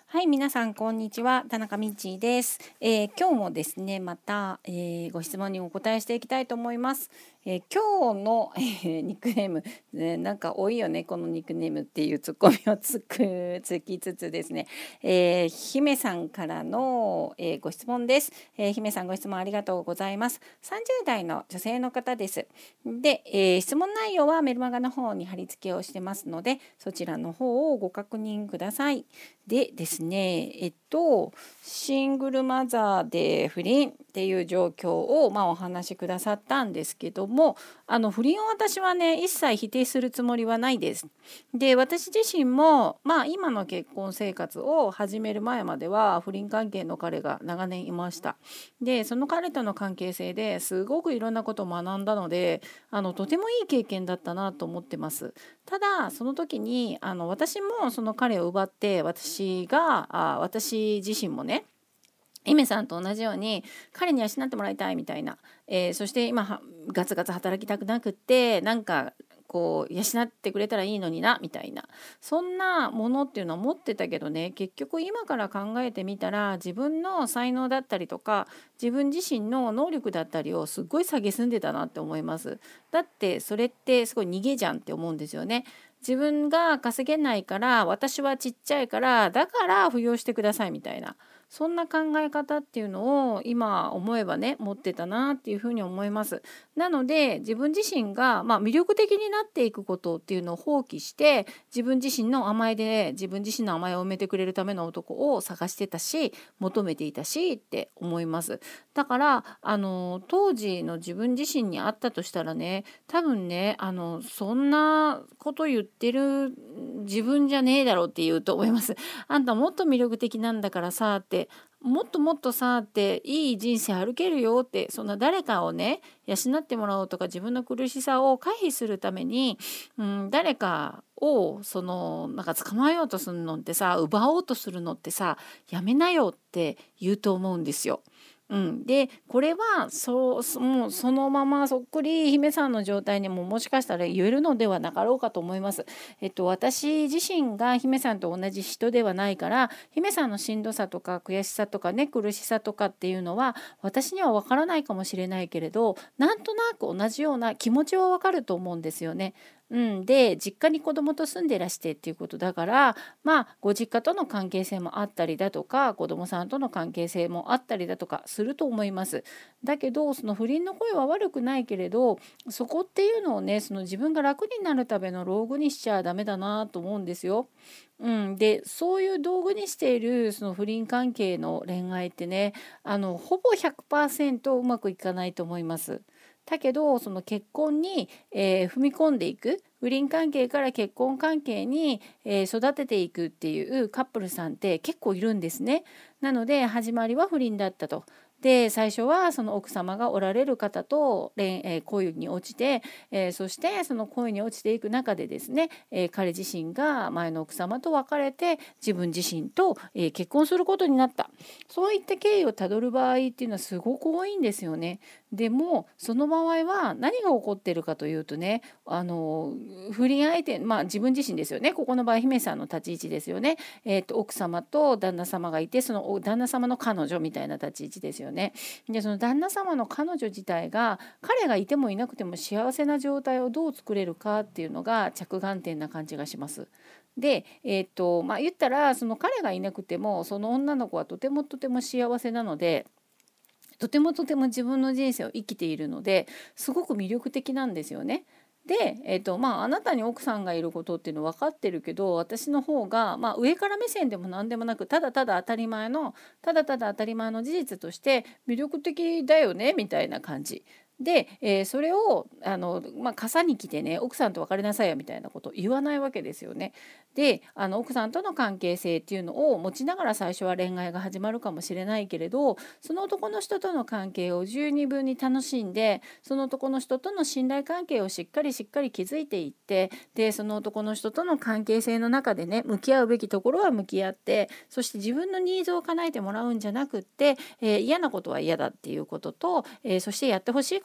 はい、皆さんこんにちは。田中みちです。今日もですね、また、ご質問にお答えしていきたいと思います。今日の、ニックネーム、なんか多いよね、このニックネームっていうツッコミをつきつつですね、姫さんからの、ご質問です。姫さんご質問ありがとうございます。30代の女性の方です。で、質問内容はメルマガの方に貼り付けをしてますので、そちらの方をご確認ください。でですね、シングルマザーで不倫っていう状況を、お話しくださったんですけども、不倫を私はね、一切否定するつもりはないです。で、私自身も、今の結婚生活を始める前までは不倫関係の彼が長年いました。で、その彼との関係性ですごくいろんなことを学んだので、とてもいい経験だったなと思ってます。ただその時に私もその彼を奪って私自身もね姫さんと同じように彼に養ってもらいたいみたいな、そして今ガツガツ働きたくなくってなんかこう養ってくれたらいいのになみたいな、そんなものっていうのは持ってたけどね、結局今から考えてみたら自分の才能だったりとか自分自身の能力だったりをすっごい蔑んでたなって思います。だってそれってすごい逃げじゃんって思うんですよね。自分が稼げないから私はちっちゃいからだから扶養してくださいみたいな、そんな考え方っていうのを今思えばね持ってたなっていうふうに思います。なので自分自身が、魅力的になっていくことっていうのを放棄して自分自身の甘えで自分自身の甘えを埋めてくれるための男を探してたし求めていたしって思います。だから当時の自分自身にあったとしたらね、多分ねそんなこと言ってる自分じゃねえだろうって言うと思います。あんたもっと魅力的なんだからさって、もっともっとさっていい人生歩けるよって、そんな誰かをね養ってもらおうとか自分の苦しさを回避するために、誰かをなんか捕まえようとするのってさ、奪おうとするのってさ、やめなよって言うと思うんですよ。でこれはもうそのままそっくり姫さんの状態にももしかしたら言えるのではなかろうかと思います。私自身が姫さんと同じ人ではないから姫さんのしんどさとか悔しさとかね苦しさとかっていうのは私には分からないかもしれないけれど、なんとなく同じような気持ちは分かると思うんですよね。で実家に子供と住んでらしてっていうことだから、ご実家との関係性もあったりだとか子供さんとの関係性もあったりだとかすると思います。だけどその不倫の声は悪くないけれど、そこっていうのをね自分が楽になるための道具にしちゃダメだなと思うんですよ。でそういう道具にしているその不倫関係の恋愛ってね、ほぼ100%うまくいかないと思います。だけどその結婚に、踏み込んでいく、不倫関係から結婚関係に、育てていくっていうカップルさんって結構いるんですね。なので始まりは不倫だったと。で最初はその奥様がおられる方と恋に落ちて、そしてその恋に落ちていく中でですね、彼自身が前の奥様と別れて自分自身と、結婚することになった。そういった経緯をたどる場合っていうのはすごく多いんですよね。でもその場合は何が起こっているかというとね、不倫相手、自分自身ですよね。ここの場合姫さんの立ち位置ですよね。奥様と旦那様がいてその旦那様の彼女みたいな立ち位置ですよね。でその旦那様の彼女自体が彼がいてもいなくても幸せな状態をどう作れるかっていうのが着眼点な感じがします。で、言ったらその彼がいなくてもその女の子はとてもとても幸せなので、とてもとても自分の人生を生きているのですごく魅力的なんですよね。で、あなたに奥さんがいることっていうの分かってるけど私の方が、上から目線でも何でもなくただただ当たり前の事実として魅力的だよねみたいな感じで、それを傘に来てね奥さんと別れなさいよみたいなことを言わないわけですよね。で奥さんとの関係性っていうのを持ちながら最初は恋愛が始まるかもしれないけれど、その男の人との関係を十二分に楽しんでその男の人との信頼関係をしっかり築いていって、でその男の人との関係性の中でね向き合うべきところは向き合って、そして自分のニーズを叶えてもらうんじゃなくって、嫌なことは嫌だっていうことと、そしてやってほしい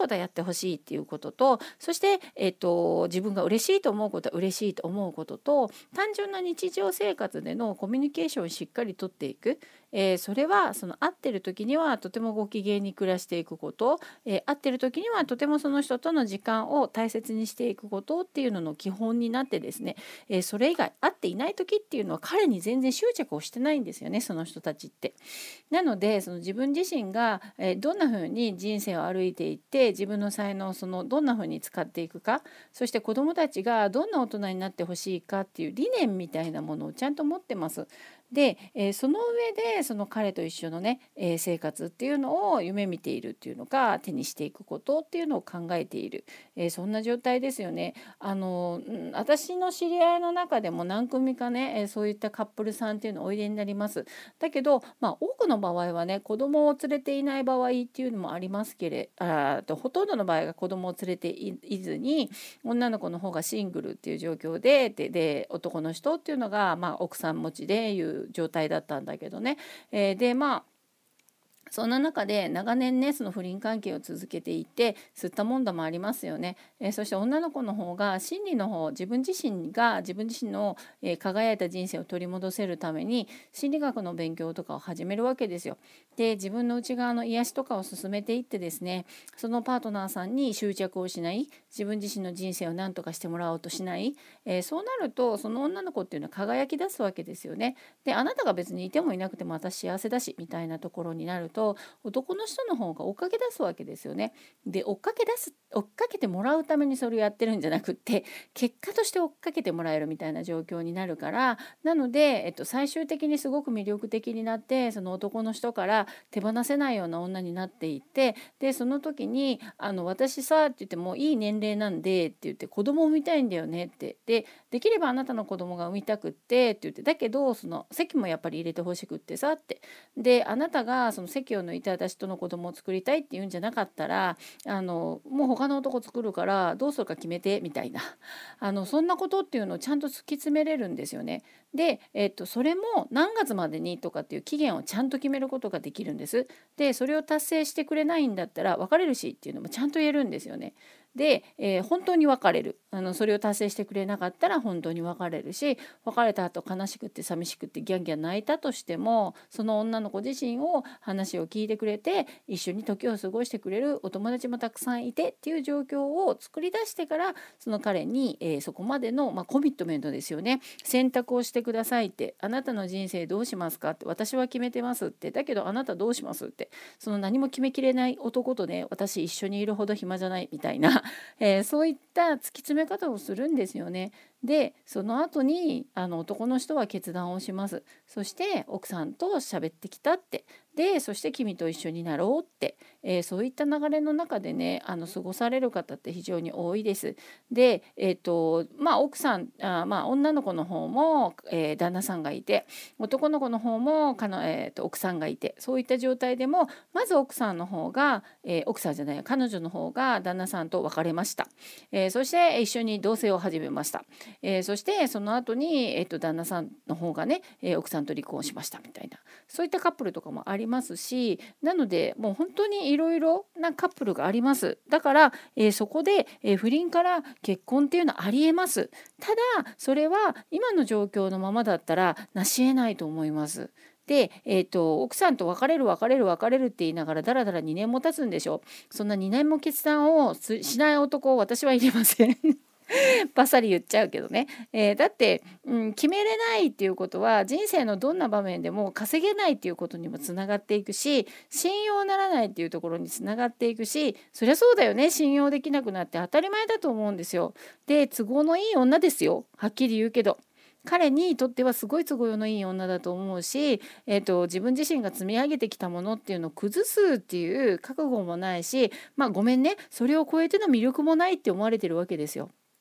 ことはやってほしいっていうことと、そして、自分が嬉しいと思うことは嬉しいと思うことと、単純な日常生活でのコミュニケーションをしっかりとっていく、それはその会ってる時にはとてもご機嫌に暮らしていくこと、会ってる時にはとてもその人との時間を大切にしていくことっていうのの基本になってですね、それ以外会っていない時っていうのは彼に全然執着をしてないんですよね、その人たちって。なのでその自分自身がどんな風に人生を歩いていって自分の才能をどんな風に使っていくか、そして子どもたちがどんな大人になってほしいかっていう理念みたいなものをちゃんと持ってます。で、その上でその彼と一緒のね、生活っていうのを夢見ているっていうのか手にしていくことっていうのを考えている、そんな状態ですよね。私の知り合いの中でも何組かね、そういったカップルさんっていうのをおいでになります。だけど、多くの場合はね子供を連れていない場合っていうのもありますけれほとんどの場合が子供を連れていずに女の子の方がシングルっていう状況で男の人っていうのが、奥さん持ちでいう状態だったんだけどね、でそんな中で長年ねその不倫関係を続けていて吸ったもんだもありますよね。そして女の子の方が心理の方自分自身の、輝いた人生を取り戻せるために心理学の勉強とかを始めるわけですよ。で自分の内側の癒しとかを進めていってですね、そのパートナーさんに執着をしない、自分自身の人生を何とかしてもらおうとしない、そうなるとその女の子っていうのは輝き出すわけですよね。であなたが別にいてもいなくても私幸せだしみたいなところになると男の人の方が追っかけ出すわけですよね。で追っかけてもらうためにそれをやってるんじゃなくって結果として追っかけてもらえるみたいな状況になるから、なので、最終的にすごく魅力的になってその男の人から手放せないような女になっていって、でその時に私さって言ってもいい年齢なんでって言って子供を産みたいんだよねって、できればあなたの子供が産みたくってって言って、だけどその籍もやっぱり入れてほしくってさって、であなたがその籍を抜いて私との子供を作りたいって言うんじゃなかったらもう他の男作るからどうするか決めてみたいなそんなことっていうのをちゃんと突き詰めれるんですよね。で、それも何月までにとかっていう期限をちゃんと決めることができるんです。でそれを達成してくれないんだったら別れるしっていうのもちゃんと言えるんですよね。で、本当に別れる、それを達成してくれなかったら本当に別れるし、別れた後悲しくて寂しくてギャンギャン泣いたとしてもその女の子自身を話を聞いてくれて一緒に時を過ごしてくれるお友達もたくさんいてっていう状況を作り出してからその彼に、そこまでの、コミットメントですよね。選択をしてくださいって、あなたの人生どうしますかって、私は決めてますって、だけどあなたどうしますって、その何も決めきれない男とね私一緒にいるほど暇じゃないみたいなそういった突き詰め方をするんですよね。でその後に男の人は決断をします。そして奥さんと喋ってきたって、でそして君と一緒になろうって、そういった流れの中でね過ごされる方って非常に多いです。で、奥さん女の子の方も、旦那さんがいて、男の子の方も奥さんがいて、そういった状態でもまず奥さんの方が、奥さんじゃない彼女の方が旦那さんと別れました。そして一緒に同棲を始めました。そしてその後に、旦那さんの方がね、奥さんと離婚しましたみたいな、そういったカップルとかもありますし、なのでもう本当にいろいろなカップルがあります。だから、そこで、不倫から結婚っていうのはありえます。ただそれは今の状況のままだったら成し得ないと思います。で、奥さんと別れるって言いながらだらだら2年も経つんでしょ。そんな2年も決断をしない男私は入れませんバッサリ言っちゃうけどね、だって、決めれないっていうことは人生のどんな場面でも稼げないっていうことにもつながっていくし、信用ならないっていうところにつながっていくし、そりゃそうだよね、信用できなくなって当たり前だと思うんですよ。で都合のいい女ですよ、はっきり言うけど。彼にとってはすごい都合のいい女だと思うし、自分自身が積み上げてきたものっていうのを崩すっていう覚悟もないし、ごめんね、それを超えての魅力もないって思われてるわけですよ。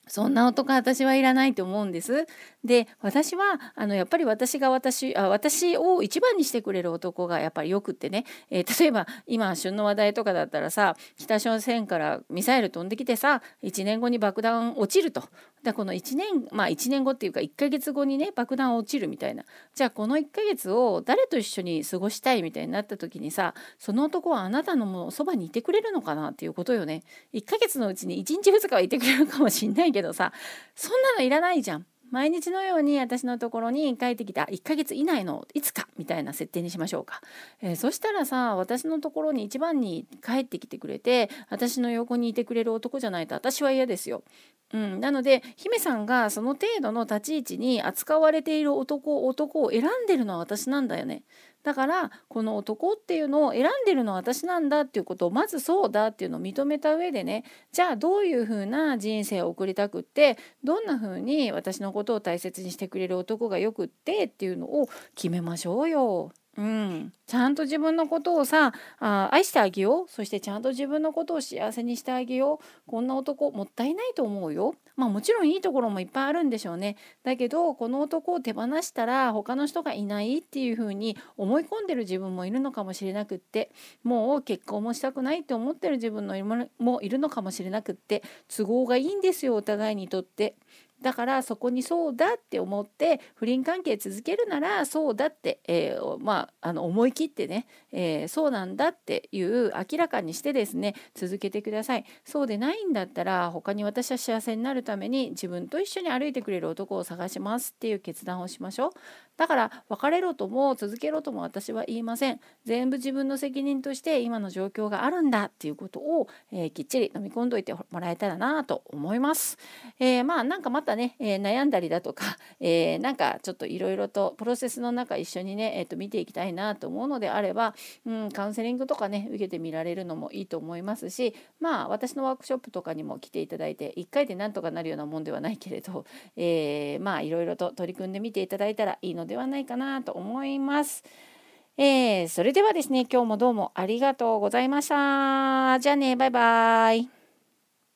そんな男私はいらないと思うんです。で、私はやっぱり私を一番にしてくれる男がやっぱりよくってね、例えば今旬の話題とかだったらさ、北朝鮮からミサイル飛んできてさ、1年後に爆弾落ちると。この1年後っていうか1ヶ月後にね爆弾落ちるみたいな。じゃあこの1ヶ月を誰と一緒に過ごしたいみたいになった時にさ、その男はあなたのもうそばにいてくれるのかなっていうことよね。1ヶ月のうちに1日2日はいてくれるかもしんないけどさ、そんなのいらないじゃん。毎日のように私のところに帰ってきた1ヶ月以内のいつかみたいな設定にしましょうか。そしたらさ、私のところに一番に帰ってきてくれて私の横にいてくれる男じゃないと私は嫌ですよ。なので姫さんがその程度の立ち位置に扱われている男を選んでるのは私なんだよね。だからこの男っていうのを選んでるのは私なんだっていうことをまずそうだっていうのを認めた上でね、じゃあどういうふうな人生を送りたくって、どんなふうに私のことを大切にしてくれる男がよくってっていうのを決めましょうよ。ちゃんと自分のことをさ愛してあげよう。そしてちゃんと自分のことを幸せにしてあげよう。こんな男もったいないと思うよ。もちろんいいところもいっぱいあるんでしょうね。だけどこの男を手放したら他の人がいないっていうふうに思い込んでる自分もいるのかもしれなくって、もう結婚もしたくないって思ってる自分もいるのかもしれなくって、都合がいいんですよお互いにとって。だからそこにそうだって思って不倫関係続けるならそうだって、思い切ってね、そうなんだっていう明らかにしてですね続けてください。そうでないんだったら他に私は幸せになるために自分と一緒に歩いてくれる男を探しますっていう決断をしましょう。だから別れろとも続けろとも私は言いません。全部自分の責任として今の状況があるんだっていうことを、きっちり飲み込んどいてもらえたらなと思います。なんかまたね、悩んだりだとか、なんかちょっといろいろとプロセスの中一緒にね、見ていきたいなと思うのであれば、カウンセリングとかね受けてみられるのもいいと思いますし、私のワークショップとかにも来ていただいて1回でなんとかなるようなもんではないけれど、いろいろと取り組んでみていただいたらいいのではないかなと思います。それではですね、今日もどうもありがとうございました。じゃあね、バイバイ。